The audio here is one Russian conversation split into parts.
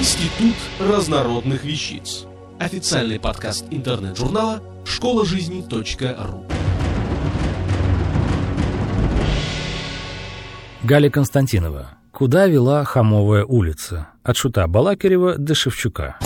Институт разнородных вещиц. Официальный подкаст интернет-журнала школажизни.ру. Галя Константинова. Куда вела Хамовая улица? От Шута Балакирева до Шевчука.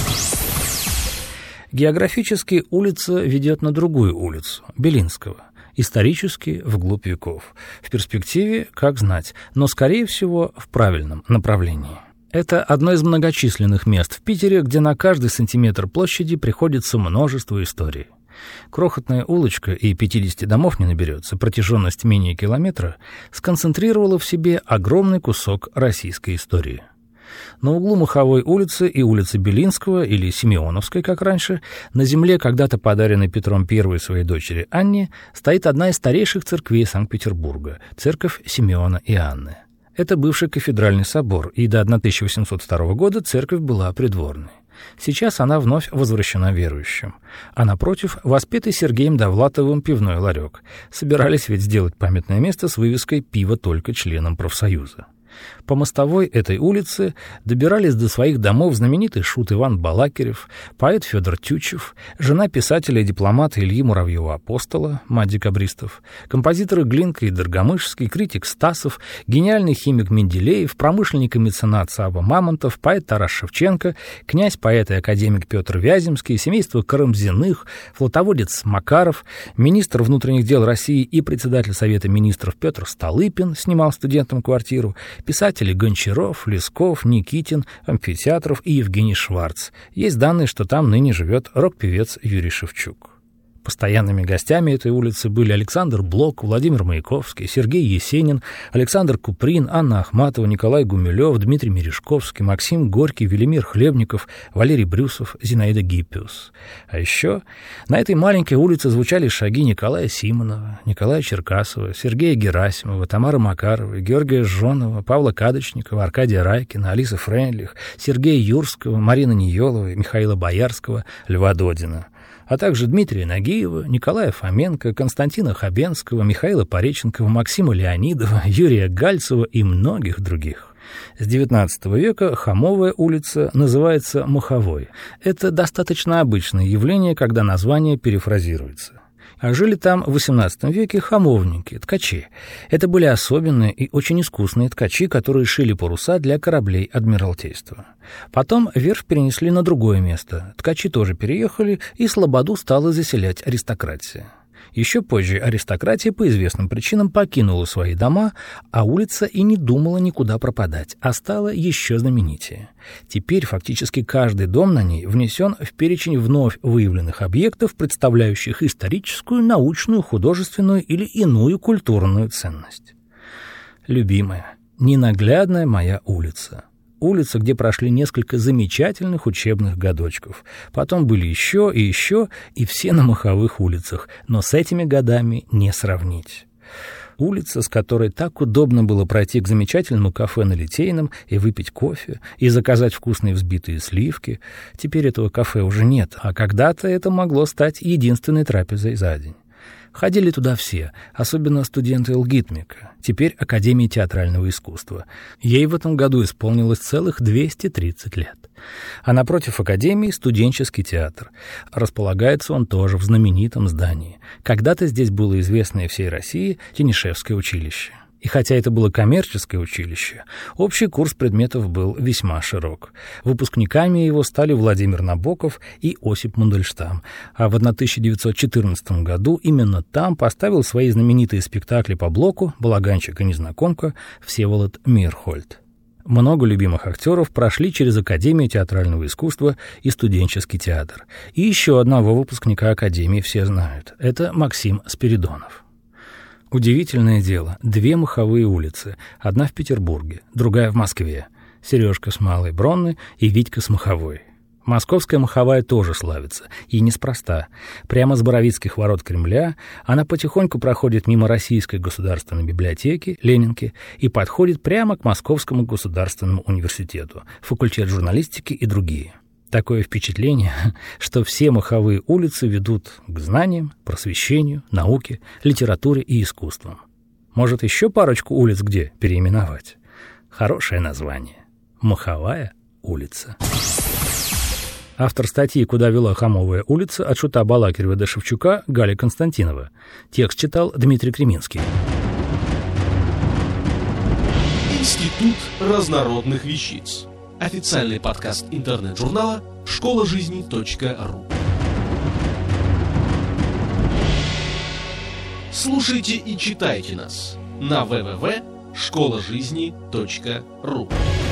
Географически улица ведет на другую улицу, Белинского. Исторически вглубь веков. В перспективе, как знать, но, скорее всего, в правильном направлении. Это одно из многочисленных мест в Питере, где на каждый сантиметр площади приходится множество историй. Крохотная улочка, и 50 домов не наберется, протяженность менее километра, сконцентрировала в себе огромный кусок российской истории. На углу Маховой улицы и улицы Белинского, или Симеоновской, как раньше, на земле, когда-то подаренной Петром I своей дочери Анне, стоит одна из старейших церквей Санкт-Петербурга – церковь Симеона и Анны. Это бывший кафедральный собор, и до 1802 года церковь была придворной. Сейчас она вновь возвращена верующим. А напротив, воспетый Сергеем Довлатовым пивной ларек. Собирались ведь сделать памятное место с вывеской «Пиво только членам профсоюза». По мостовой этой улицы добирались до своих домов знаменитый шут Иван Балакирев, поэт Федор Тютчев, жена писателя и дипломата Ильи Муравьева-Апостола, мать декабристов, композиторы Глинка и Доргомышский, критик Стасов, гениальный химик Менделеев, промышленник и меценат Савва Мамонтов, поэт Тарас Шевченко, князь, поэт и академик Петр Вяземский, семейство Карамзиных, флотоводец Макаров, министр внутренних дел России и председатель Совета министров Петр Столыпин снимал студентам квартиру, писатели Гончаров, Лесков, Никитин, Амфитеатров и Евгений Шварц. Есть данные, что там ныне живет рок-певец Юрий Шевчук. Постоянными гостями этой улицы были Александр Блок, Владимир Маяковский, Сергей Есенин, Александр Куприн, Анна Ахматова, Николай Гумилев, Дмитрий Мережковский, Максим Горький, Велимир Хлебников, Валерий Брюсов, Зинаида Гиппиус. А еще на этой маленькой улице звучали шаги Николая Симонова, Николая Черкасова, Сергея Герасимова, Тамары Макаровой, Георгия Жонова, Павла Кадочникова, Аркадия Райкина, Алисы Фрейндлих, Сергея Юрского, Марины Ниеловой, Михаила Боярского, Льва Додина, а также Дмитрия Нагиева, Николая Фоменко, Константина Хабенского, Михаила Пореченкова, Максима Леонидова, Юрия Гальцева и многих других. С XIX века Хамовая улица называется Маховой. Это достаточно обычное явление, когда название перефразируется. А жили там в XVIII веке хамовники, ткачи. Это были особенные и очень искусные ткачи, которые шили паруса для кораблей Адмиралтейства. Потом верфь перенесли на другое место. Ткачи тоже переехали, и слободу стала заселять аристократия. Еще позже аристократия по известным причинам покинула свои дома, а улица и не думала никуда пропадать, а стала еще знаменитее. Теперь фактически каждый дом на ней внесен в перечень вновь выявленных объектов, представляющих историческую, научную, художественную или иную культурную ценность. Любимая, ненаглядная моя улица. Улица, где прошли несколько замечательных учебных годочков. Потом были еще, и все на Маховых улицах, но с этими годами не сравнить. Улица, с которой так удобно было пройти к замечательному кафе на Литейном и выпить кофе, и заказать вкусные взбитые сливки. Теперь этого кафе уже нет, а когда-то это могло стать единственной трапезой за день. Ходили туда все, особенно студенты ЛГИТМИКа, теперь Академии театрального искусства. Ей в этом году исполнилось целых 230 лет. А напротив Академии студенческий театр. Располагается он тоже в знаменитом здании. Когда-то здесь было известное всей России Тенишевское училище. И хотя это было коммерческое училище, общий курс предметов был весьма широк. Выпускниками его стали Владимир Набоков и Осип Мандельштам, а в 1914 году именно там поставил свои знаменитые спектакли по Блоку «Балаганчик и незнакомка» Всеволод Мейерхольд. Много любимых актеров прошли через Академию театрального искусства и студенческий театр. И еще одного выпускника Академии все знают. Это Максим Спиридонов. Удивительное дело, 2 Маховые улицы, одна в Петербурге, другая в Москве. Сережка с Малой Бронной и Витька с Маховой. Московская Маховая тоже славится, и неспроста. Прямо с Боровицких ворот Кремля она потихоньку проходит мимо Российской государственной библиотеки, Ленинки, и подходит прямо к Московскому государственному университету, факультет журналистики и другие. Такое впечатление, что все Маховые улицы ведут к знаниям, просвещению, науке, литературе и искусствам. Может, еще парочку улиц где переименовать? Хорошее название. Маховая улица. Автор статьи «Куда вела Хамовая улица» от Шута Балакирева до Шевчука Галя Константинова. Текст читал Дмитрий Креминский. Институт разнородных вещиц. Официальный подкаст интернет-журнала школажизни.ру. Слушайте и читайте нас на www.школажизни.ру.